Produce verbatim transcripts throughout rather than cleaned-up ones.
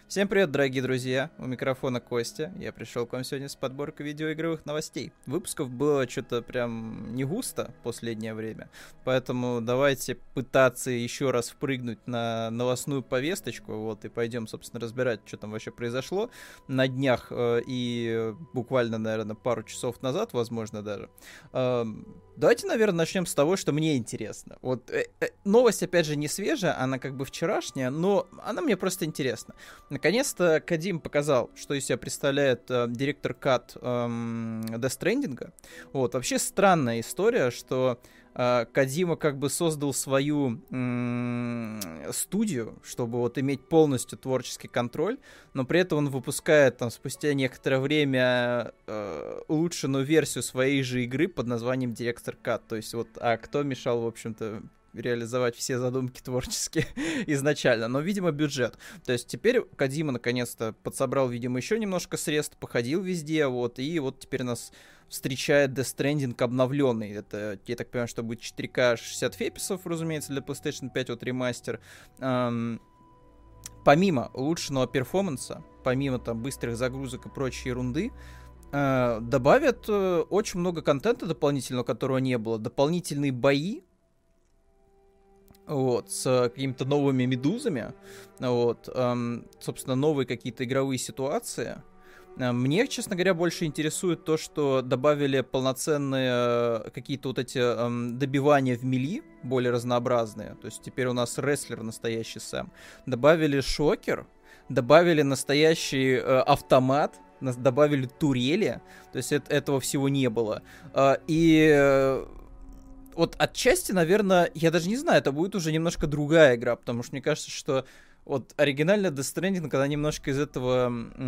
Всем привет, дорогие друзья, у микрофона Костя. Я пришел к вам сегодня с подборкой видеоигровых новостей. Выпусков было что-то прям не густо в последнее время, поэтому давайте пытаться еще раз впрыгнуть на новостную повесточку, вот, и пойдем, собственно, разбирать, что там вообще произошло на днях э, и буквально, наверное, пару часов назад, возможно, даже. Э, давайте, наверное, начнем с того, что мне интересно. Вот э, э, новость, опять же, не свежая, она как бы вчерашняя, но она мне просто интересна. Наконец-то Кодзима показал, что из себя представляет э, директор кат э, Death Stranding. Вот, вообще странная история, что э, Кодзима как бы создал свою э, студию, чтобы вот иметь полностью творческий контроль, но при этом он выпускает там спустя некоторое время э, улучшенную версию своей же игры под названием Director Cut. То есть вот, а кто мешал, в общем-то, реализовать все задумки творческие изначально, но, видимо, бюджет. То есть теперь Кодзима наконец-то подсобрал, видимо, еще немножко средств, походил везде, вот, и вот теперь нас встречает Death Stranding обновленный. Это, я так понимаю, что будет четыре ка шестьдесят феписов, разумеется, для PlayStation пять, вот ремастер. Эм, помимо улучшенного перформанса, помимо там быстрых загрузок и прочей ерунды, э, добавят э, очень много контента дополнительного, которого не было. Дополнительные бои, вот, с какими-то новыми медузами, вот, эм, собственно, новые какие-то игровые ситуации. Мне, честно говоря, больше интересует то, что добавили полноценные какие-то вот эти эм, добивания в мили, более разнообразные. То есть теперь у нас рестлер настоящий Сэм. Добавили шокер, добавили настоящий э, автомат, добавили турели. То есть это, этого всего не было. Э, и... Э, Вот отчасти, наверное, я даже не знаю, это будет уже немножко другая игра, потому что мне кажется, что вот оригинальный Death Stranding, когда немножко из этого,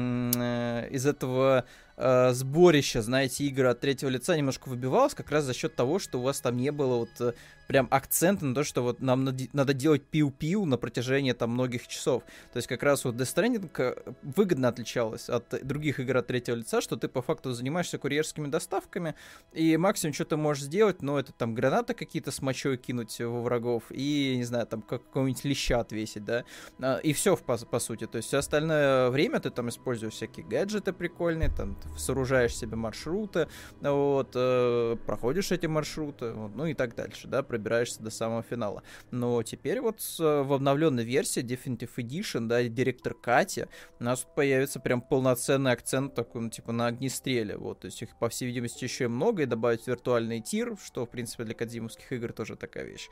э, из этого э, сборища, знаете, игры от третьего лица немножко выбивалось, как раз за счет того, что у вас там не было вот э, прям акцента на то, что вот нам над- надо делать пиу-пиу на протяжении там многих часов. То есть как раз вот Death Stranding выгодно отличалась от других игр от третьего лица, что ты по факту занимаешься курьерскими доставками, и максимум, что ты можешь сделать, ну, это там гранаты какие-то с мочой кинуть во врагов, и, не знаю, там какого-нибудь леща отвесить, да, и все, по, по сути. То есть все остальное время ты там используешь всякие гаджеты прикольные, там сооружаешь себе маршруты, вот, э, проходишь эти маршруты, вот, ну и так дальше, да, пробираешься до самого финала. Но теперь вот с, в обновленной версии Definitive Edition, да, Director Cut, у нас тут появится прям полноценный акцент такой, ну, типа на огнестреле, вот, то есть их, по всей видимости, еще и много, и добавить виртуальный тир, что, в принципе, для кодзимовских игр тоже такая вещь,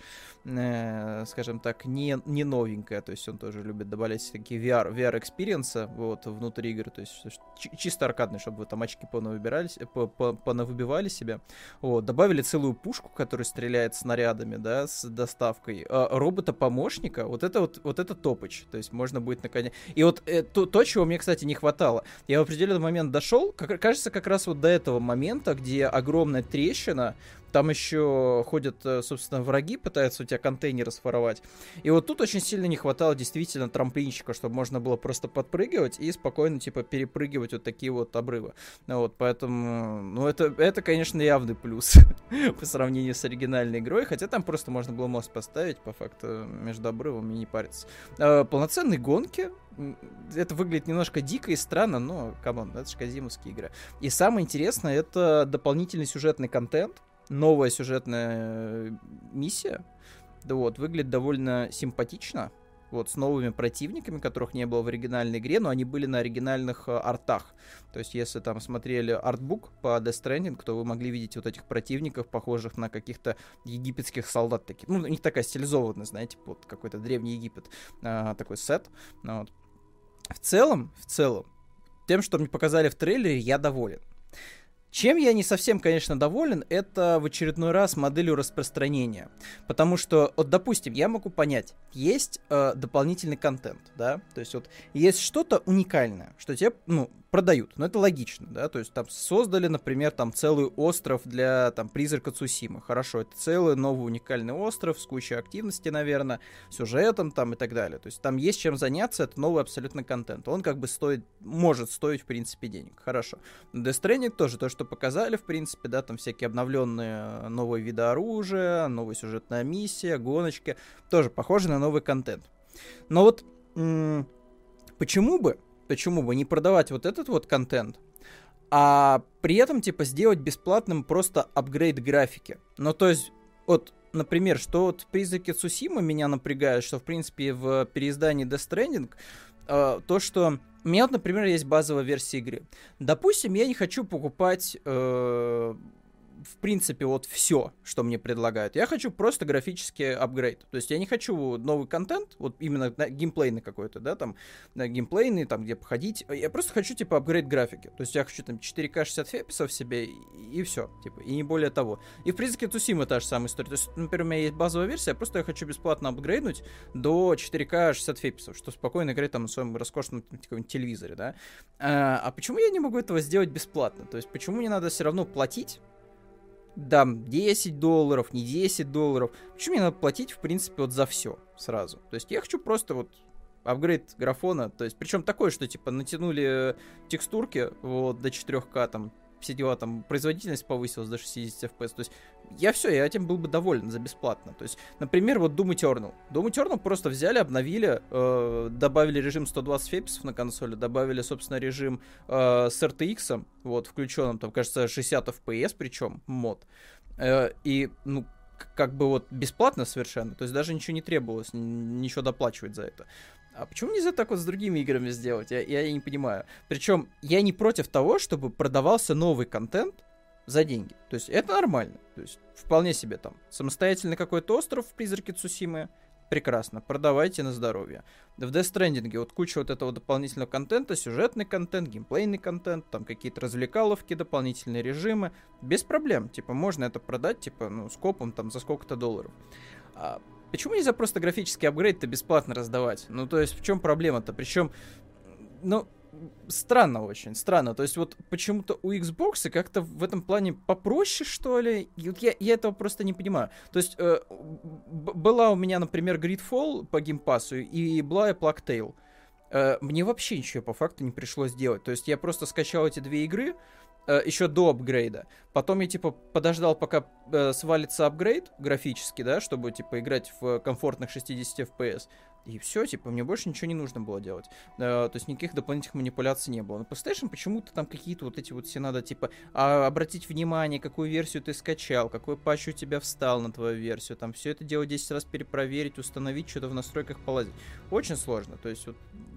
э, скажем так, не, не новенькая, то есть он тоже любит добавлять такие ви ар, ви ар-экспириенсы, вот, внутри игры, то есть ч- чисто аркадный, чтобы вы там очки понавыбирали, понавыбивали себе, вот, добавили целую пушку, которая стреляет снарядами, да, с доставкой, а, робота-помощника, вот это вот, вот это топыч, то есть можно будет наконец... И вот э, то, то, чего мне, кстати, не хватало, я в определенный момент дошел, как, кажется, как раз вот до этого момента, где огромная трещина, там еще ходят, собственно, враги, пытаются у тебя контейнеры своровать. И вот тут очень сильно не хватало действительно трамплинчика, чтобы можно было просто подпрыгивать и спокойно, типа, перепрыгивать вот такие вот обрывы. Вот, поэтому, ну, это, это, конечно, явный плюс по сравнению с оригинальной игрой, хотя там просто можно было мост поставить, по факту, между обрывами и не париться. А, полноценные гонки, это выглядит немножко дико и странно, но, камон, это же кодзимовские игры. И самое интересное, это дополнительный сюжетный контент, новая сюжетная миссия, да, вот, выглядит довольно симпатично, вот, с новыми противниками, которых не было в оригинальной игре, но они были на оригинальных э, артах. То есть, если там смотрели артбук по Death Stranding, то вы могли видеть вот этих противников, похожих на каких-то египетских солдат таких. Ну, у них такая стилизованная, знаете, вот какой-то древний Египет, э, такой сет. Вот. В целом, в целом, тем, что мне показали в трейлере, я доволен. Чем я не совсем, конечно, доволен, это в очередной раз моделью распространения. Потому что, вот, допустим, я могу понять, есть э, дополнительный контент, да, то есть вот есть что-то уникальное, что тебе, ну, продают, но это логично, да, то есть там создали, например, там целый остров для, там, Призрака Цусимы, хорошо, это целый новый уникальный остров с кучей активности, наверное, сюжетом там и так далее, то есть там есть чем заняться, это новый абсолютно контент, он как бы стоит, может стоить, в принципе, денег, хорошо. Death Stranding тоже, то, что показали, в принципе, да, там всякие обновленные новые виды оружия, новая сюжетная миссия, гоночки, тоже похоже на новый контент. Но вот м- почему бы, почему бы не продавать вот этот вот контент, а при этом, типа, сделать бесплатным просто апгрейд графики. Ну, то есть, вот, например, что вот в «Призраке Цусимы» меня напрягает, что, в принципе, в переиздании Death Stranding, э, то, что у меня, вот, например, есть базовая версия игры. Допустим, я не хочу покупать... Э, в принципе, вот все, что мне предлагают. Я хочу просто графический апгрейд. То есть я не хочу новый контент, вот именно геймплейный какой-то, да, там, геймплейный, там, где походить. Я просто хочу, типа, апгрейд графики. То есть я хочу, там, четыре ка шестьдесят эф пи эс в себе, и, и все, типа, и не более того. И в «Призраке Цусимы» та же самая история. То есть, например, у меня есть базовая версия, просто я хочу бесплатно апгрейднуть до четыре ка шестьдесят эф пи эс, что спокойно играть там на своем роскошном каком-нибудь телевизоре, да. А, а почему я не могу этого сделать бесплатно? То есть почему мне надо все равно платить? Да, десять долларов, не десять долларов. Почему мне надо платить, в принципе, вот за все сразу? То есть я хочу просто вот апгрейд графона, то есть, причем такой, что, типа, натянули текстурки вот до четыре ка, там, все дела, там, производительность повысилась до шестьдесят эф пи эс, то есть, я все, я этим был бы доволен за бесплатно. То есть, например, вот Doom Eternal. Doom Eternal просто взяли, обновили, э, добавили режим сто двадцать эф пи эс на консоли, добавили, собственно, режим э, с эр ти экс, вот, включенным, там, кажется, шестьдесят эф пи эс, причем, мод. Э, и, ну, как бы вот бесплатно совершенно, то есть даже ничего не требовалось, ничего доплачивать за это. А почему нельзя так вот с другими играми сделать? Я, я не понимаю. Причем я не против того, чтобы продавался новый контент за деньги. То есть это нормально. То есть вполне себе там самостоятельный какой-то остров в «Призраке Цусимы. Прекрасно. Продавайте на здоровье. В Death Stranding вот куча вот этого дополнительного контента, сюжетный контент, геймплейный контент, там какие-то развлекаловки, дополнительные режимы. Без проблем. Типа можно это продать, типа, ну, с копом там за сколько-то долларов. А почему нельзя просто графический апгрейд-то бесплатно раздавать? Ну, то есть, в чем проблема-то? Причем, ну, странно очень, странно. То есть, вот почему-то у Xbox как-то в этом плане попроще, что ли? И вот я, я этого просто не понимаю. То есть, э, б- была у меня, например, Gridfall по геймпасу, и была и Plague Tale. Э, мне вообще ничего по факту не пришлось делать. То есть, я просто скачал эти две игры, еще до апгрейда. Потом я, типа, подождал, пока э, свалится апгрейд графически, да, чтобы, типа, играть в комфортных шестьдесят эф пи эс. И все, типа, мне больше ничего не нужно было делать. Э, то есть никаких дополнительных манипуляций не было. На PlayStation почему-то там какие-то вот эти вот все надо, типа, а, обратить внимание, какую версию ты скачал, какой патч у тебя встал на твою версию, там, все это дело десять раз перепроверить, установить, что-то в настройках полазить. Очень сложно. То есть, вот,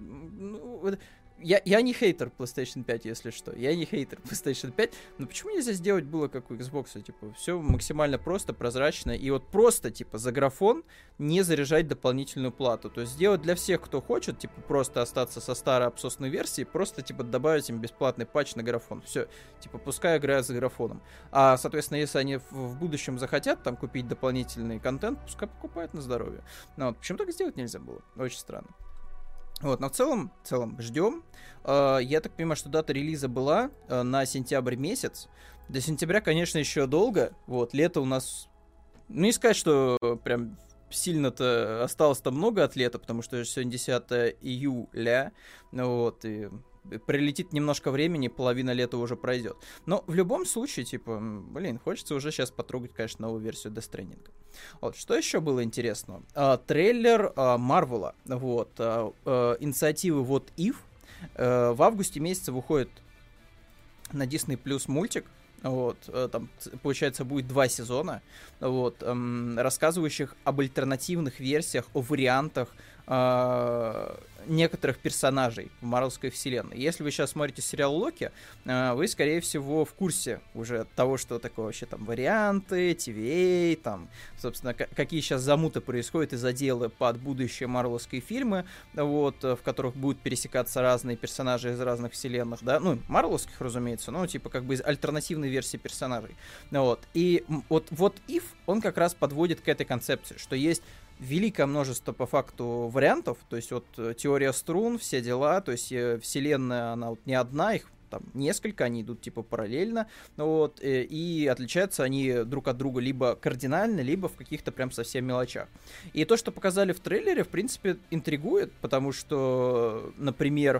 ну, Я, я не хейтер PlayStation пять, если что. Я не хейтер PlayStation пять. Но почему нельзя сделать было как у Xbox? Типа, все максимально просто, прозрачно. И вот просто, типа, за графон не заряжать дополнительную плату. То есть сделать для всех, кто хочет, типа, просто остаться со старой обсосной версией, просто, типа, добавить им бесплатный патч на графон. Все. Типа, пускай играют за графоном. А, соответственно, если они в, в будущем захотят там купить дополнительный контент, пускай покупают на здоровье. Ну, вот, почему так сделать нельзя было? Очень странно. Вот, но в целом, в целом ждем. Uh, я так понимаю, что дата релиза была uh, на сентябрь месяц. До сентября, конечно, еще долго. Вот, лето у нас... Ну, не сказать, что прям сильно-то осталось-то много от лета, потому что сегодня десятое июля. Вот, и прилетит немножко времени, половина лета уже пройдет. Но в любом случае, типа, блин, хочется уже сейчас потрогать, конечно, новую версию Death Stranding. Вот, что еще было интересного? А, трейлер Марвела, а, вот, а, а, инициативы What If. А, в августе месяце выходит на Disney Plus мультик. Вот, там, получается, будет два сезона, вот, эм, рассказывающих об альтернативных версиях, о вариантах э, некоторых персонажей в Марвелской вселенной. Если вы сейчас смотрите сериал Локи, э, вы, скорее всего, в курсе уже того, что такое вообще там варианты, ти ви эй, там, собственно, к- какие сейчас замуты происходят и заделы под будущие марвеловские фильмы, вот, в которых будут пересекаться разные персонажи из разных вселенных, да, ну, марвеловских, разумеется, но, типа, как бы из альтернативной версии персонажей, вот, и вот, вот If, он как раз подводит к этой концепции, что есть великое множество, по факту, вариантов, то есть вот теория струн, все дела, то есть вселенная, она вот не одна, их там несколько, они идут типа параллельно, вот, и, и отличаются они друг от друга либо кардинально, либо в каких-то прям совсем мелочах. И то, что показали в трейлере, в принципе, интригует, потому что, например,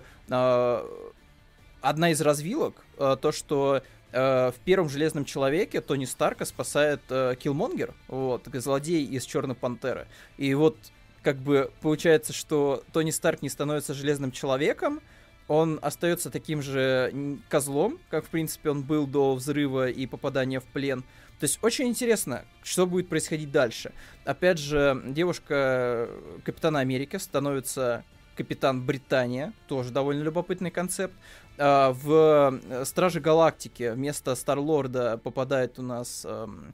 одна из развилок, то, что в первом Железном Человеке Тони Старка спасает Киллмонгер, вот, злодей из Черной Пантеры. И вот как бы получается, что Тони Старк не становится Железным Человеком, он остается таким же козлом, как, в принципе, он был до взрыва и попадания в плен. То есть очень интересно, что будет происходить дальше. Опять же, девушка Капитана Америки становится Капитан Британия, тоже довольно любопытный концепт. В Страже Галактики вместо Стар-Лорда попадает у нас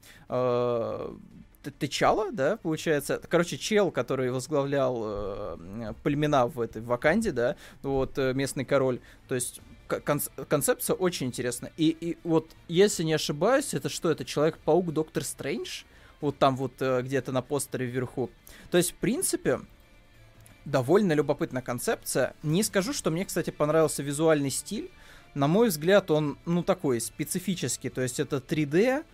T'Challa, да, получается. Короче, чел, который возглавлял э, племена в этой в Ваканде, да, вот, э, местный король. То есть кон- концепция очень интересна. И, и вот, если не ошибаюсь, это что, это Человек-паук Доктор Стрэндж? Вот там вот э, где-то на постере вверху. То есть, в принципе, довольно любопытная концепция. Не скажу, что мне, кстати, понравился визуальный стиль. На мой взгляд, он, ну, такой специфический. То есть, это три дэ,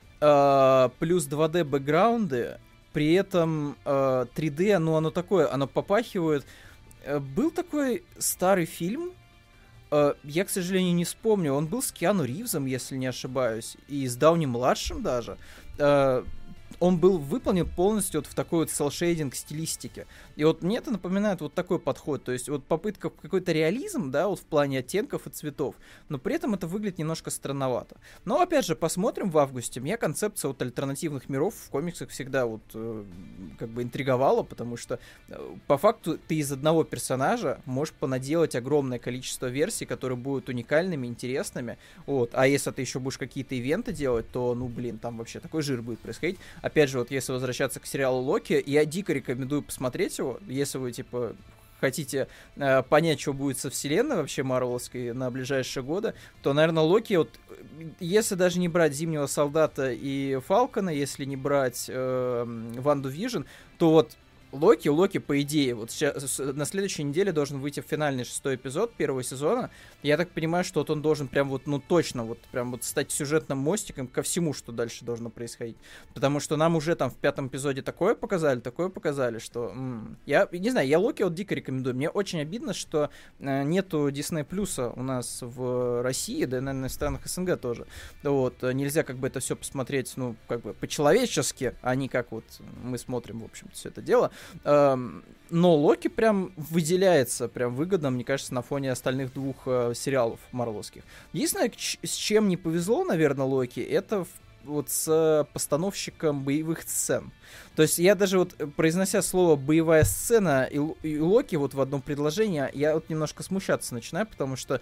Uh, плюс два дэ бэкграунды, при этом uh, три дэ, ну оно такое, оно попахивает. Uh, был такой старый фильм, uh, я, к сожалению, не вспомню, он был с Киану Ривзом, если не ошибаюсь, и с Дауни-младшим даже. Uh, он был выполнен полностью вот в такой вот селшейдинг стилистике. И вот мне это напоминает вот такой подход. То есть вот попытка в какой-то реализм, да, вот в плане оттенков и цветов, но при этом это выглядит немножко странновато. Но опять же, посмотрим в августе. Меня концепция вот альтернативных миров в комиксах всегда вот э, как бы интриговала, потому что э, по факту ты из одного персонажа можешь понаделать огромное количество версий, которые будут уникальными, интересными. Вот. А если ты еще будешь какие-то ивенты делать, то, ну, блин, там вообще такой жир будет происходить. Опять же, вот если возвращаться к сериалу Локи, я дико рекомендую посмотреть его, если вы, типа, хотите э, понять, что будет со вселенной вообще марвеловской на ближайшие годы, то, наверное, Локи, вот, если даже не брать Зимнего Солдата и Фалкона, если не брать э, Ванду Вижн, то вот Локи, Локи, по идее, вот сейчас, на следующей неделе должен выйти финальный шестой эпизод первого сезона. Я так понимаю, что вот он должен прям вот, ну точно, вот прям вот стать сюжетным мостиком ко всему, что дальше должно происходить. Потому что нам уже там в пятом эпизоде такое показали, такое показали, что... М- я не знаю, я Локи вот дико рекомендую. Мне очень обидно, что э, нету Disney Плюса у нас в России, да и, наверное, в странах СНГ тоже. Вот, нельзя как бы это все посмотреть, ну, как бы по-человечески, а не как вот мы смотрим, в общем-то, все это дело. Но Локи прям выделяется прям выгодно, мне кажется, на фоне остальных двух э, сериалов марвеловских. Единственное, ч- с чем не повезло, наверное, Локи, это в, вот с постановщиком боевых сцен. То есть я даже вот, произнося слово «боевая сцена» и, и Локи вот в одном предложении, я вот немножко смущаться начинаю, потому что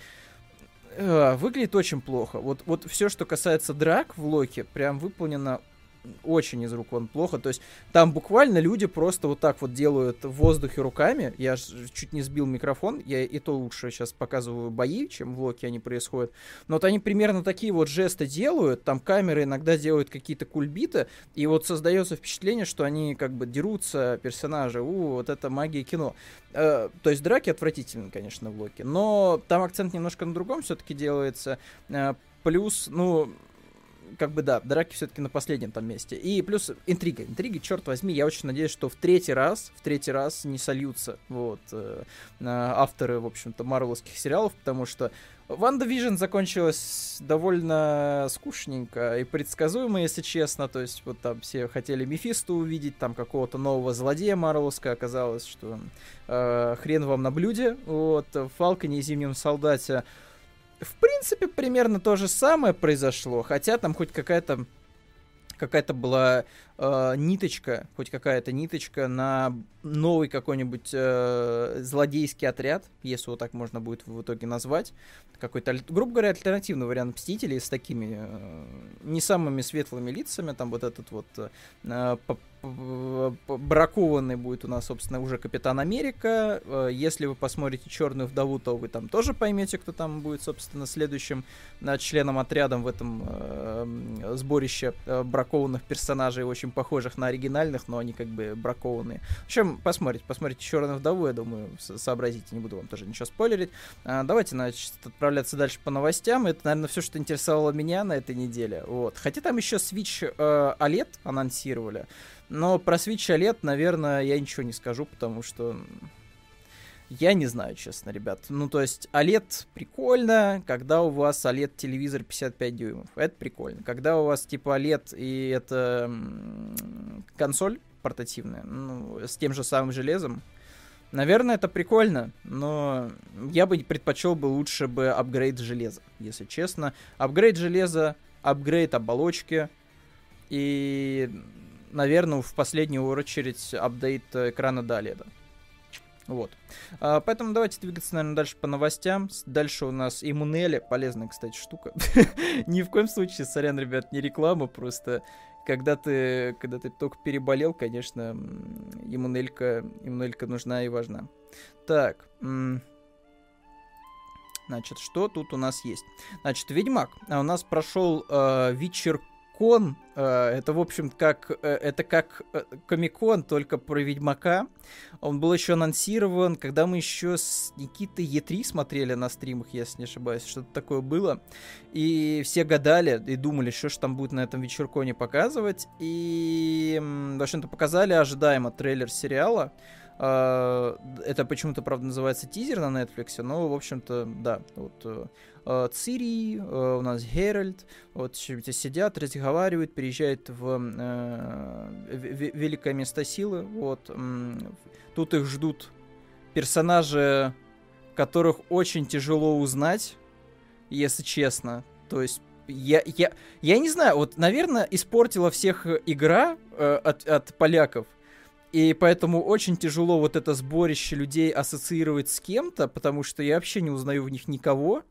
э, выглядит очень плохо. Вот, вот все, что касается драк в Локи, прям выполнено очень из рук вон плохо. То есть там буквально люди просто вот так вот делают в воздухе руками. Я ж чуть не сбил микрофон. Я и то лучше сейчас показываю бои, чем в Локи они происходят. Но вот они примерно такие вот жесты делают. Там камеры иногда делают какие-то кульбиты. И вот создается впечатление, что они как бы дерутся, персонажи. У, вот это магия кино. Э, то есть драки отвратительны, конечно, в Локи. Но там акцент немножко на другом все-таки делается. Э, плюс, ну... как бы да, драки все-таки на последнем там месте. И плюс интрига. Интриги, черт возьми, я очень надеюсь, что в третий раз, в третий раз не сольются вот э, авторы, в общем-то, марвеловских сериалов, потому что Ванда Вижн закончилась довольно скучненько и предсказуемо, если честно. То есть вот там все хотели Мефисто увидеть, там какого-то нового злодея марвеловского, оказалось, что э, хрен вам на блюде. Вот, в Фалконе и Зимнем Солдате в принципе, примерно то же самое произошло, хотя там хоть какая-то какая-то была э, ниточка, хоть какая-то ниточка на новый какой-нибудь э, злодейский отряд, если вот так можно будет в итоге назвать. Какой-то, грубо говоря, альтернативный вариант Мстителей с такими э, не самыми светлыми лицами. Там вот этот вот э, бракованный будет у нас, собственно, уже Капитан Америка. Э, если вы посмотрите Черную вдову, то вы там тоже поймете, кто там будет, собственно, следующим э, членом отрядом в этом э, сборище э, бракованных персонажей, очень похожих на оригинальных, но они как бы бракованные. В общем, посмотрите, посмотрите Черную вдову, я думаю, сообразите, не буду вам тоже ничего спойлерить. А, давайте, значит, отправляться дальше по новостям. Это, наверное, все, что интересовало меня на этой неделе. Вот. Хотя там еще Switch э, о лед анонсировали, но про Switch о лед, наверное, я ничего не скажу, потому что я не знаю, честно, ребят. Ну, то есть, о лед прикольно, когда у вас о лед телевизор пятьдесят пять дюймов. Это прикольно. Когда у вас, типа, о лед и это м- консоль портативная, ну, с тем же самым железом. Наверное, это прикольно, но я бы предпочел бы лучше бы апгрейд железа, если честно. Апгрейд железа, апгрейд оболочки и, наверное, в последнюю очередь апдейт экрана до эл и ди. Вот. А, поэтому давайте двигаться, наверное, дальше по новостям. Дальше у нас Иммунеле. Полезная, кстати, штука. Ни в коем случае, сорян, ребят, не реклама, просто когда ты, когда ты только переболел, конечно, иммунелька, иммунелька нужна и важна. Так. Значит, что тут у нас есть? Значит, Ведьмак. А у нас прошел э, Вичеркон. Э, это, в общем, как, э, это как э, Комикон, только про Ведьмака. Он был еще анонсирован, когда мы еще с Никитой Е три смотрели на стримах, если не ошибаюсь. Что-то такое было. И все гадали и думали, что же там будет на этом Вечерконе показывать. И, в общем-то, показали ожидаемо трейлер сериала. Это почему-то, правда, называется тизер на Netflix, но, в общем-то, да. Вот Цири, у нас Геральт, вот сидят, разговаривают, переезжают в, в великое место силы. Вот. Тут их ждут персонажи, которых очень тяжело узнать, если честно. То есть я, я, я не знаю, вот, наверное, испортила всех игра э, от, от поляков. И поэтому очень тяжело вот это сборище людей ассоциировать с кем-то, потому что я вообще не узнаю в них никого.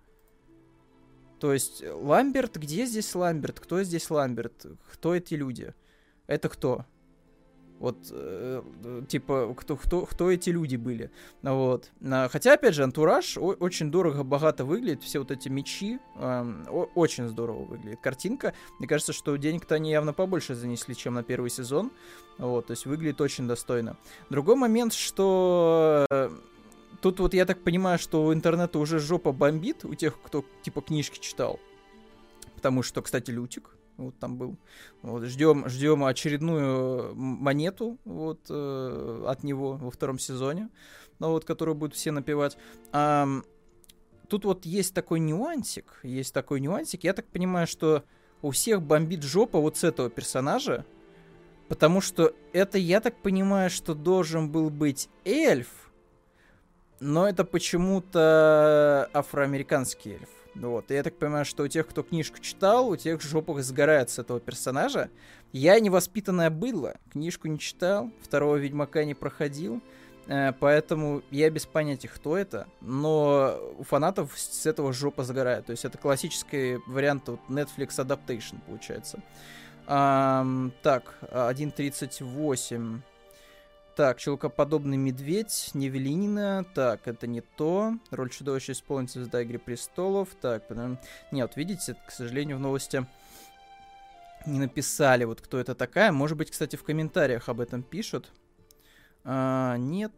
То есть Ламберт, где здесь Ламберт? Кто здесь Ламберт? Кто эти люди? Это кто? Вот, э, типа, кто, кто, кто эти люди были? Вот. Хотя, опять же, антураж о- очень дорого-богато выглядит. Все вот эти мечи э, о- очень здорово выглядит. Картинка, мне кажется, что денег-то они явно побольше занесли, чем на первый сезон. Вот, то есть выглядит очень достойно. Другой момент, что э, тут вот я так понимаю, что у интернета уже жопа бомбит у тех, кто типа книжки читал. Потому что, кстати, Лютик вот там был. Вот, ждем, ждем очередную монету вот, э, от него во втором сезоне, ну, вот, которую будут все напевать. А, тут вот есть такой нюансик, есть такой нюансик. Я так понимаю, что у всех бомбит жопа вот с этого персонажа, потому что это, я так понимаю, что должен был быть эльф, но это почему-то афроамериканский эльф. Вот. И я так понимаю, что у тех, кто книжку читал, у тех жопах сгорает с этого персонажа. Я невоспитанное быдло, книжку не читал, второго Ведьмака не проходил, э, поэтому я без понятия, кто это, но у фанатов с этого жопа сгорает. То есть это классический вариант вот, Netflix Adaptation, получается. А, так, один тридцать восемь. Так, Человекоподобный медведь, Невелинина. Так, это не то. Роль чудовища исполнится звезда Игры престолов. Так, потом... Нет, видите, к сожалению, в новости не написали, вот кто это такая. Может быть, кстати, в комментариях об этом пишут. А, нет.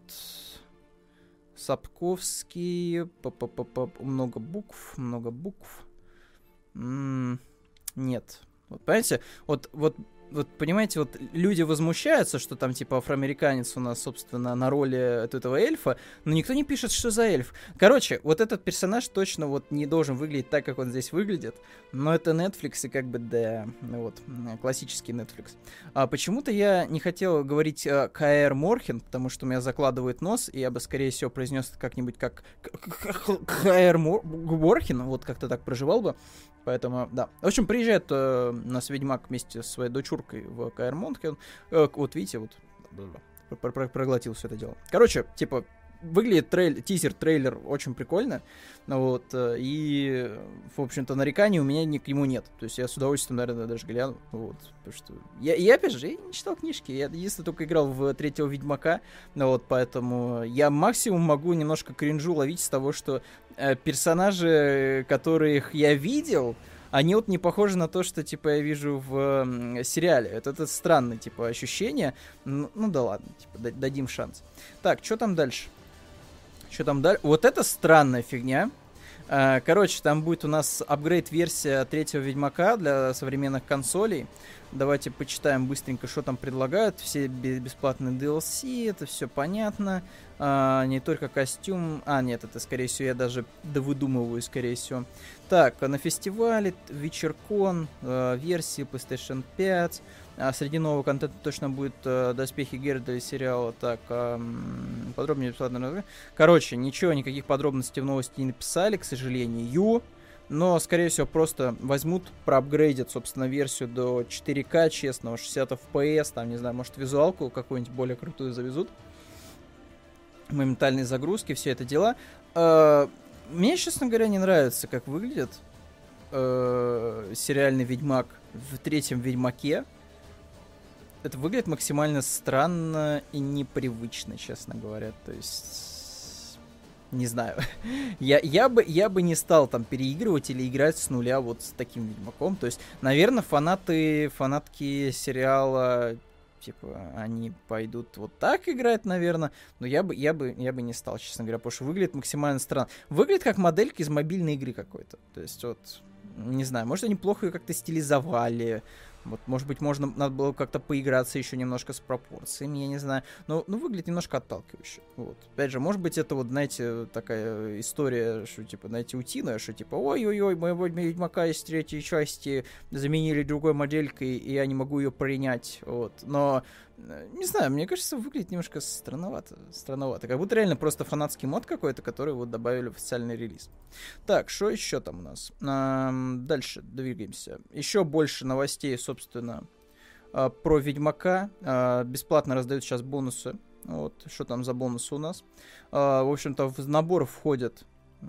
Сапковский. П-п-п-п. Много букв, много букв. М-м- нет. Вот, понимаете, вот... вот Вот, понимаете, вот люди возмущаются, что там, типа, афроамериканец у нас, собственно, на роли этого эльфа, но никто не пишет, что за эльф. Короче, вот этот персонаж точно вот не должен выглядеть так, как он здесь выглядит, но это Netflix, и как бы, да, вот, классический Netflix. А почему-то я не хотел говорить э, Каэр Морхен, потому что у меня закладывает нос, и я бы, скорее всего, произнес это как-нибудь как Каэр Морхен, вот как-то так проживал бы. Поэтому, да. В общем, приезжает э, нас Ведьмак вместе со своей дочуркой в Каэр Морхен. Э, вот видите, вот проглотил все это дело. Короче, типа, выглядит трейлер, тизер, трейлер очень прикольно. Вот, и, в общем-то, нареканий у меня ни к нему нет. То есть я с удовольствием, наверное, даже гляну. Вот, потому что... Я, и опять же, я не читал книжки. Я единственное только играл в третьего Ведьмака. Вот, поэтому я максимум могу немножко кринжу ловить с того, что э, персонажи, которых я видел, они вот не похожи на то, что, типа, я вижу в э, сериале. Это, это странное, типа, ощущение. Ну, ну да ладно, типа, дадим шанс. Так, что там дальше? Что там дальше? Вот это странная фигня. Короче, там будет у нас апгрейд-версия третьего Ведьмака для современных консолей. Давайте почитаем быстренько, что там предлагают. Все бесплатные ди эл си, это все понятно. А, не только костюм... А, нет, это, скорее всего, я даже довыдумываю, скорее всего. Так, на фестивале Вечеркон, э, версии PlayStation пять. А среди нового контента точно будет э, доспехи Геральда из сериала. Так, э, подробнее бесплатно. Короче, ничего, никаких подробностей в новости не написали, к сожалению. Но, скорее всего, просто возьмут, проапгрейдят, собственно, версию до четыре ка, честного, шестьдесят эф пи эс, там, не знаю, может, визуалку какую-нибудь более крутую завезут. Моментальные загрузки, все это дела. Э, мне, честно говоря, не нравится, как выглядит э, сериальный Ведьмак в третьем Ведьмаке. Это выглядит максимально странно и непривычно, честно говоря. То есть, не знаю. я, я, бы, я бы не стал там переигрывать или играть с нуля вот с таким Ведьмаком. То есть, наверное, фанаты, фанатки сериала, типа, они пойдут вот так играть, наверное. Но я бы, я бы, я бы не стал, честно говоря, потому что выглядит максимально странно. Выглядит как моделька из мобильной игры какой-то. То есть, вот, не знаю, может, они плохо ее как-то стилизовали. Вот, может быть, можно, надо было как-то поиграться еще немножко с пропорциями, я не знаю. Но, ну, выглядит немножко отталкивающе. Вот. Опять же, может быть, это вот, знаете, такая история, что, типа, знаете, утиная, что, типа, ой-ой-ой, моего Ведьмака из третьей части заменили другой моделькой, и я не могу ее принять. Вот. Но, не знаю, мне кажется, выглядит немножко странновато. Странновато. Как будто реально просто фанатский мод какой-то, который вот добавили в официальный релиз. Так, что еще там у нас? А, дальше двигаемся. Еще больше новостей, собственно, про Ведьмака. Бесплатно раздают сейчас бонусы. Вот, что там за бонусы у нас? В общем-то, в набор входят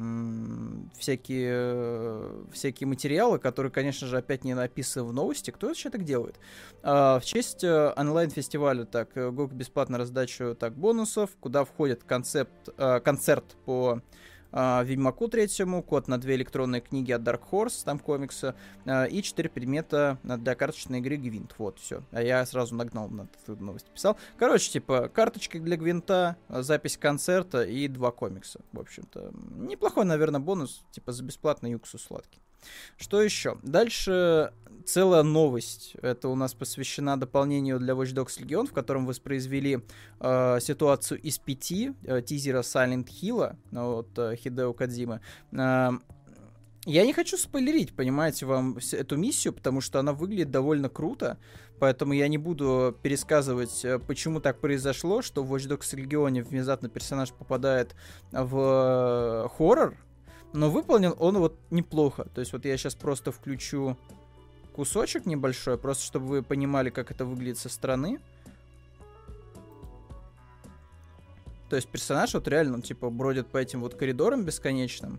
всякие, всякие материалы, которые, конечно же, опять не написаны в новости. Кто вообще так делает? В честь онлайн-фестиваля так, ГОГ бесплатно раздачу так, бонусов, куда входит концепт, концерт по Ведьмаку третьему, код на две электронные книги от Dark Horse, там комикса, и четыре предмета для карточной игры Гвинт. Вот, все. А я сразу нагнал, на эту новость писал. Короче, типа, карточки для Гвинта, запись концерта и два комикса. В общем-то, неплохой, наверное, бонус, типа, за бесплатный юксус сладкий. Что еще? Дальше целая новость. Это у нас посвящена дополнению для Watch Dogs Legion, в котором воспроизвели э, ситуацию из пяти э, тизера Silent Hill от э, Хидео Кодзимы. Э, я не хочу спойлерить, понимаете, вам эту миссию, потому что она выглядит довольно круто, поэтому я не буду пересказывать, почему так произошло, что в Watch Dogs Legion внезапно персонаж попадает в э, хоррор. Но выполнен он вот неплохо. То есть вот я сейчас просто включу кусочек небольшой, просто чтобы вы понимали, как это выглядит со стороны. То есть персонаж вот реально, он, типа, бродит по этим вот коридорам бесконечным.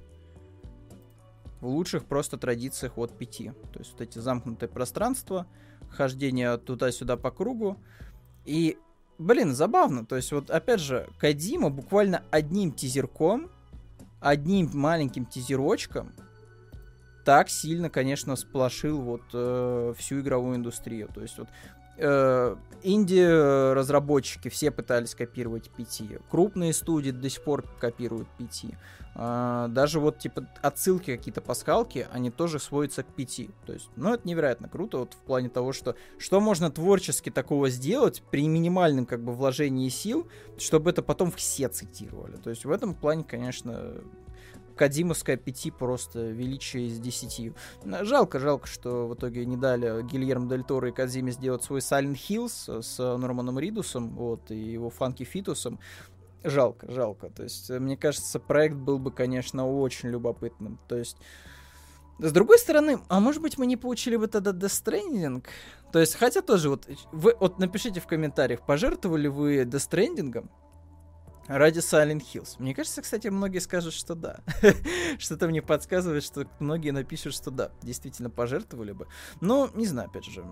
В лучших просто традициях от пяти. То есть вот эти замкнутые пространства, хождение туда-сюда по кругу. И, блин, забавно. То есть вот, опять же, Кодзима буквально одним тизерком, одним маленьким тизерочком так сильно, конечно, сплошил вот э, всю игровую индустрию. То есть вот э, инди-разработчики все пытались копировать пяти. Крупные студии до сих пор копируют пяти. Э, даже вот типа отсылки какие-то, пасхалки, они тоже сводятся к пяти. То есть, ну, это невероятно круто вот в плане того, что что можно творчески такого сделать при минимальном как бы вложении сил, чтобы это потом все цитировали. То есть в этом плане, конечно, Кодзимовская пяти просто величие из десяти. Жалко, жалко, что в итоге не дали Гильермо Дель Торо и Кодзиме сделать свой Silent Hills с Норманом Ридусом, вот, и его Фанки Фитусом. Жалко, жалко. То есть, мне кажется, проект был бы, конечно, очень любопытным. То есть, с другой стороны, а может быть, мы не получили бы тогда Death Stranding? То есть, хотя тоже, вот, вы вот напишите в комментариях, пожертвовали вы Death Stranding ради Silent Hills? Мне кажется, кстати, многие скажут, что да. Что-то мне подсказывает, что многие напишут, что да, действительно пожертвовали бы. Но, не знаю, опять же,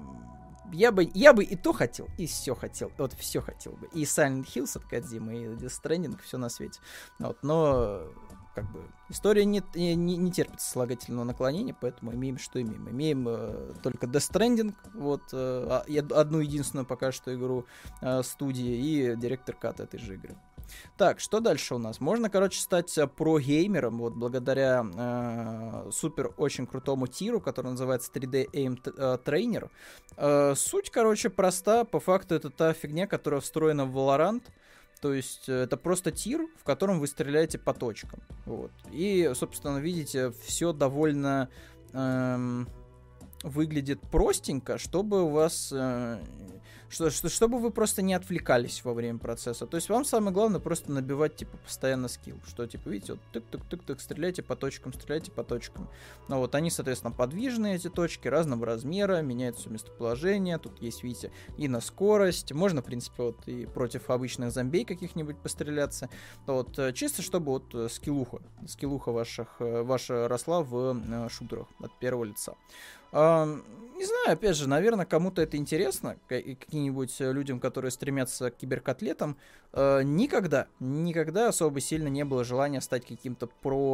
я бы, я бы и то хотел, и все хотел. Вот все хотел бы. И Silent Hills от Кодзимы, и Death Stranding, все на свете. Вот, но, как бы, история не, не, не терпит сослагательного наклонения, поэтому имеем, что имеем. Имеем э, только Death Stranding, вот, э, одну единственную пока что игру э, студии, и директор кат этой же игры. Так, что дальше у нас? Можно, короче, стать про-геймером, вот, благодаря э, супер очень крутому тиру, который называется три дэ Aim Trainer. Э, суть, короче, проста. По факту это та фигня, которая встроена в Valorant. То есть это просто тир, в котором вы стреляете по точкам. Вот. И, собственно, видите, все довольно эм, выглядит простенько, чтобы у вас... Э, что, что, чтобы вы просто не отвлекались во время процесса. То есть вам самое главное просто набивать, типа, постоянно скилл. Что, типа, видите, вот тык-тык-тык-тык, стреляйте по точкам, стреляйте по точкам. Ну вот, они, соответственно, подвижные, эти точки, разного размера, меняется местоположение. Тут есть, видите, и на скорость. Можно, в принципе, вот и против обычных зомбей каких-нибудь постреляться. Вот, чисто чтобы вот скиллуха, скиллуха ваших, ваша росла в шутерах от первого лица. Uh, не знаю, опять же, наверное, кому-то это интересно, каким-нибудь людям, которые стремятся к киберкотлетам. Uh, никогда, никогда особо сильно не было желания стать каким-то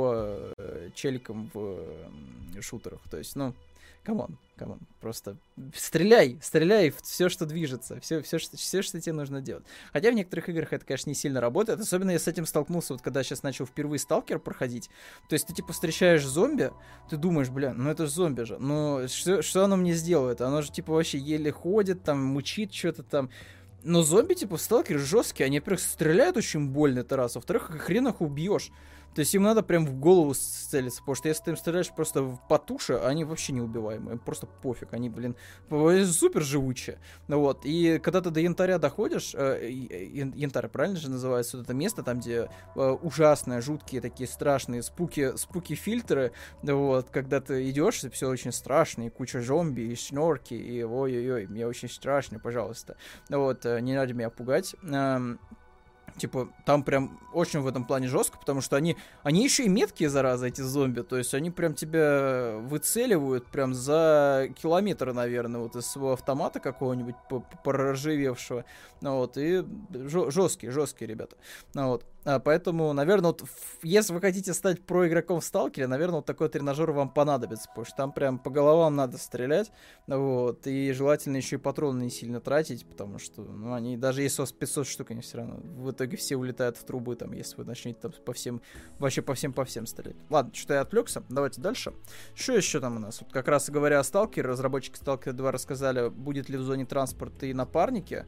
про-челиком в uh, шутерах. То есть, ну, камон, камон, просто стреляй, стреляй в все, что движется, все, все, что, все, что тебе нужно делать. Хотя в некоторых играх это, конечно, не сильно работает, особенно я с этим столкнулся, вот когда сейчас начал впервые Сталкер проходить. То есть ты, типа, встречаешь зомби, ты думаешь, бля, ну это же зомби же, ну что, что оно мне сделает? Оно же, типа, вообще еле ходит, там, мучит что-то там. Но зомби, типа, в Сталкере жесткие, они, во-первых, стреляют очень больно, это раз, во-вторых, хрен их убьешь. То есть им надо прям в голову целиться, потому что если ты им стреляешь просто в потуше, они вообще неубиваемые, им просто пофиг, они, блин, супер живучие. Вот, и когда ты до янтаря доходишь, э, янтарь правильно же называется, вот это место там, где э, ужасные, жуткие, такие страшные спуки, спуки-фильтры, вот, когда ты идешь, все очень страшно, и куча зомби, и шнорки, и ой-ой-ой, мне очень страшно, пожалуйста. Вот, э, не надо меня пугать. Э, Типа, там прям очень в этом плане жестко, потому что они, они еще и меткие, зараза, эти зомби. То есть они прям тебя выцеливают прям за километр, наверное, вот из своего автомата какого-нибудь проржавевшего. Ну, вот, и жесткие, жесткие ребята. Ну, вот. А, поэтому, наверное, вот, если вы хотите стать проигроком в Сталкере, наверное, вот такой тренажер вам понадобится, потому что там прям по головам надо стрелять, вот, и желательно еще и патроны не сильно тратить, потому что, ну, они, даже если у вас пятьсот штук, они все равно, в итоге все улетают в трубы, там, если вы начнете там по всем, вообще по всем, по всем стрелять. Ладно, что-то я отвлекся, давайте дальше. Что еще там у нас? Вот как раз говоря о Сталкере, разработчики Сталкера два рассказали, будет ли в зоне транспорта и напарники.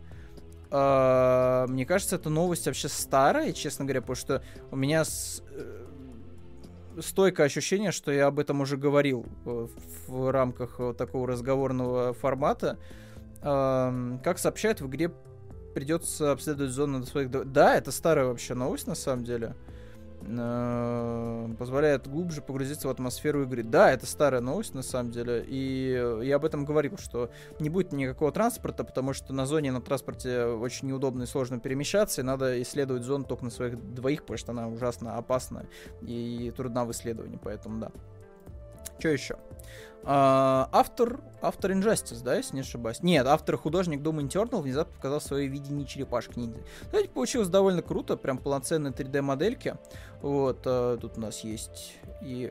Uh, мне кажется, эта новость вообще старая, честно говоря, потому что у меня с, э, стойкое ощущение, что я об этом уже говорил в, в рамках вот такого разговорного формата. Uh, как сообщают, в игре придется обследовать зону до своих... Да, это старая вообще новость, на самом деле. Uh, позволяет глубже погрузиться в атмосферу игры. Да, это старая новость, на самом деле. И я об этом говорил, что не будет никакого транспорта, потому что на зоне на транспорте очень неудобно и сложно перемещаться, и надо исследовать зону только на своих двоих, потому что она ужасно опасна и трудна в исследовании, поэтому да. Что еще? Uh, автор, автор Injustice, да, если не ошибаюсь. Нет, автор и художник Doom Eternal внезапно показал свое видение черепашек ниндзя. Кстати, получилось довольно круто, прям полноценные три дэ-модельки. Вот, uh, тут у нас есть и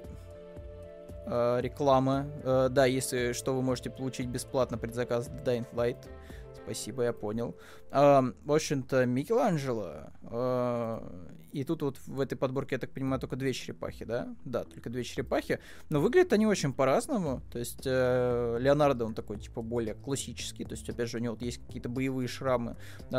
uh, реклама. Uh, да, если что, вы можете получить бесплатно предзаказ Dying Light. Спасибо, я понял. Uh, в общем-то, Микеланджело. Uh, и тут вот в этой подборке, я так понимаю, только две черепахи, да? Да, только две черепахи. Но выглядят они очень по-разному. То есть э, Леонардо, он такой, типа, более классический. То есть, опять же, у него вот есть какие-то боевые шрамы э,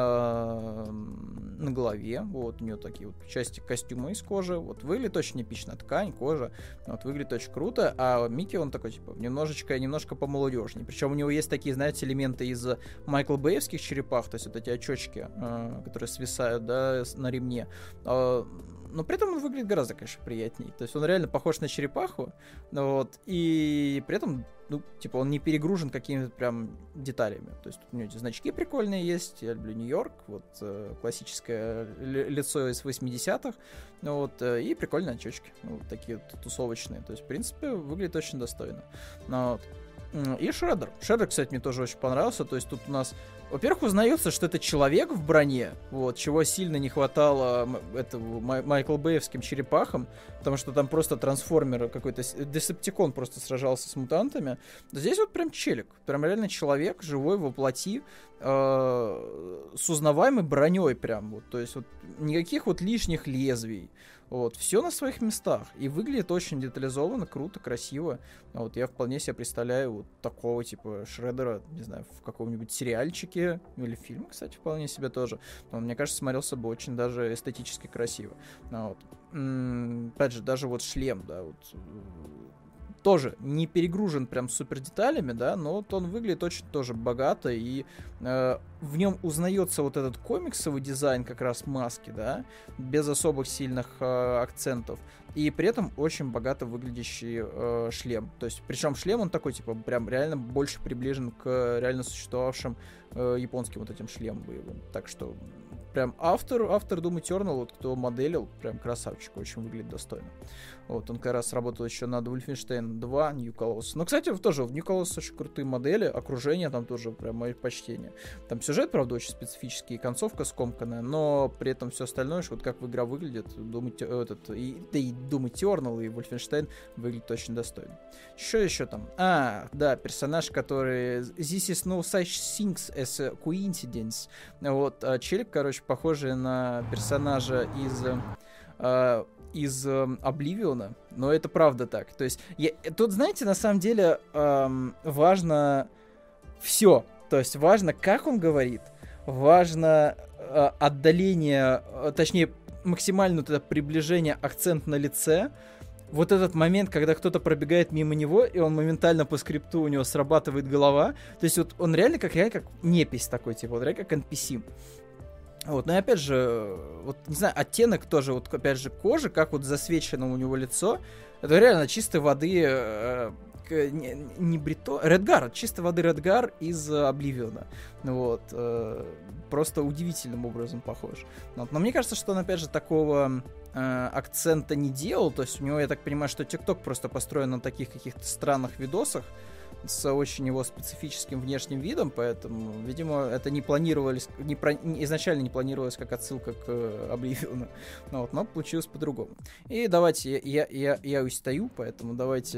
на голове. Вот, у него такие вот части костюма из кожи. Вот, выглядит очень эпично. Ткань, кожа. Вот, выглядит очень круто. А Микки, он такой, типа, немножечко, немножко помолодежнее. Причем у него есть такие, знаете, элементы из Майкл Бэевских черепах. То есть, вот эти очечки, э, которые свисают, да, на ремне. Но при этом он выглядит гораздо, конечно, приятней. То есть он реально похож на черепаху, вот, и при этом, ну, типа, он не перегружен какими-то прям деталями. То есть тут у него эти значки прикольные есть, я люблю Нью-Йорк, вот, классическое лицо из восьмидесятых, ну, вот, и прикольные очечки, ну, вот такие вот тусовочные. То есть, в принципе, выглядит очень достойно. Ну, вот. И Шреддер. Шреддер, кстати, мне тоже очень понравился. То есть тут у нас, во-первых, узнается, что это человек в броне, вот, чего сильно не хватало этого Май- Майкл Бэевским черепахам, потому что там просто трансформер какой-то, Десептикон просто сражался с мутантами. Здесь вот прям челик, прям реально человек, живой, воплоти, э- с узнаваемой броней прям, вот, то есть вот никаких вот лишних лезвий. Вот, все на своих местах. И выглядит очень детализованно, круто, красиво. Вот, я вполне себе представляю вот такого типа Шреддера, не знаю, в каком-нибудь сериальчике или фильме, кстати, вполне себе тоже. Но, мне кажется, смотрелся бы очень даже эстетически красиво. Вот. М-м, опять же, даже вот шлем, да, вот тоже не перегружен прям супер деталями, да, но вот он выглядит очень тоже богато, и э, в нем узнается вот этот комиксовый дизайн как раз маски, да, без особых сильных э, акцентов, и при этом очень богато выглядящий э, шлем. То есть, причем шлем он такой, типа, прям реально больше приближен к реально существовавшим э, японским вот этим шлемам боевым. Так что прям автор, автор Doom Eternal, вот кто моделил, прям красавчик, очень выглядит достойно. Вот, он как раз работал еще над Wolfenstein два, New Colossus. Но, кстати, тоже в New Colossus очень крутые модели, окружение там тоже прям мое почтение. Там сюжет, правда, очень специфический, концовка скомканная, но при этом все остальное, что вот как в игра выглядит, Doom, этот, и, да и Doom Eternal, и Wolfenstein выглядит очень достойно. Что еще там? А, да, персонаж, который... This is no such things as a coincidence. Вот, а челик, короче, похожий на персонажа из... А, из Обливиона, э, но это правда так. То есть, я, тут, знаете, на самом деле эм, важно все. То есть, важно, как он говорит, важно э, отдаление, э, точнее, максимальное вот это приближение, акцент на лице. Вот этот момент, когда кто-то пробегает мимо него, и он моментально по скрипту, у него срабатывает голова. То есть, вот он реально как, реально как непись такой, типа, вот реально как эн пи си. Вот, ну и опять же, вот, не знаю, оттенок тоже, вот, опять же, кожи, как вот засвечено у него лицо, это реально чистой воды, э, не, не Брито, Редгар, чистой воды Редгар из Обливиона, вот, э, просто удивительным образом похож. Вот, но мне кажется, что он, опять же, такого э, акцента не делал, то есть у него, я так понимаю, что ТикТок просто построен на таких каких-то странных видосах, с очень его специфическим внешним видом, поэтому, видимо, это не планировалось, не про, изначально не планировалось как отсылка к Обливиону, ну, вот, но получилось по-другому. И давайте, я, я, я устаю, поэтому давайте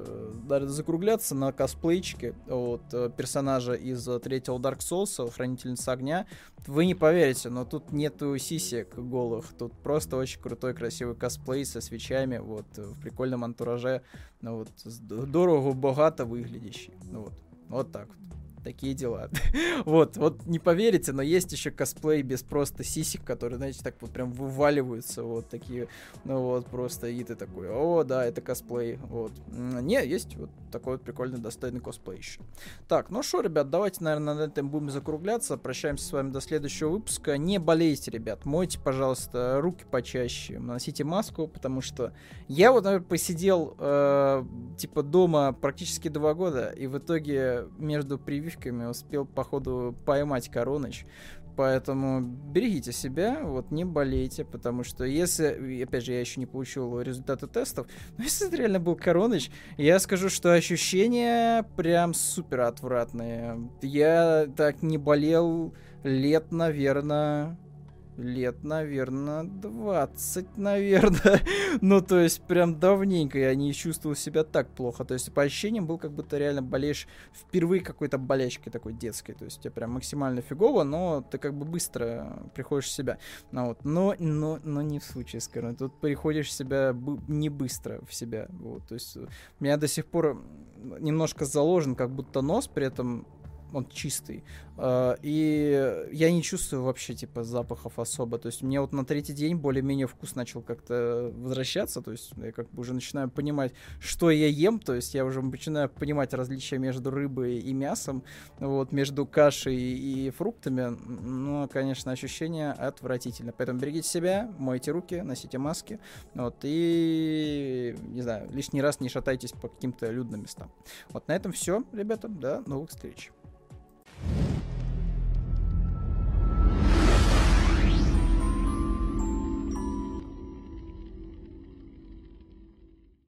э, закругляться на косплейчике от э, персонажа из третьего Dark Souls, Хранительница огня. Вы не поверите, но тут нету сисек голых, тут просто очень крутой, красивый косплей со свечами, вот, в прикольном антураже, ну, вот, дорого, богато выглядящий, ну, вот, вот так вот. Такие дела. вот, вот не поверите, но есть еще косплей без просто сисек, которые, знаете, так вот прям вываливаются, вот такие, ну вот, просто, и ты такой, о, да, это косплей, вот. Не, есть вот такой вот прикольный, достойный косплей еще. Так, ну что, ребят, давайте, наверное, на этом будем закругляться, прощаемся с вами до следующего выпуска. Не болейте, ребят, мойте, пожалуйста, руки почаще, носите маску, потому что я вот, наверное, посидел, э, типа, дома практически два года, и в итоге между прививками успел, походу, поймать Короныч. Поэтому берегите себя, вот, не болейте, потому что если, опять же, я еще не получил результаты тестов, но если это реально был Короныч, я скажу, что ощущения прям супер отвратные. Я так не болел лет, наверное... Лет, наверное, двадцать, наверное. ну, то есть, прям давненько я не чувствовал себя так плохо. То есть, по ощущениям был, как будто реально болеешь впервые какой-то болячкой такой детской. То есть, тебе прям максимально фигово, но ты как бы быстро приходишь в себя. Ну, вот. но, но, но не в случае с короной. Тут приходишь в себя б- не быстро в себя. Вот. То есть, у меня до сих пор немножко заложен, как будто нос, при этом он чистый. И я не чувствую вообще, типа, запахов особо. То есть мне вот на третий день более-менее вкус начал как-то возвращаться. То есть я как бы уже начинаю понимать, что я ем. То есть я уже начинаю понимать различия между рыбой и мясом, вот, между кашей и фруктами. Ну, конечно, ощущение отвратительно. Поэтому берегите себя, мойте руки, носите маски. Вот, и, не знаю, лишний раз не шатайтесь по каким-то людным местам. Вот на этом все, ребята. До новых встреч.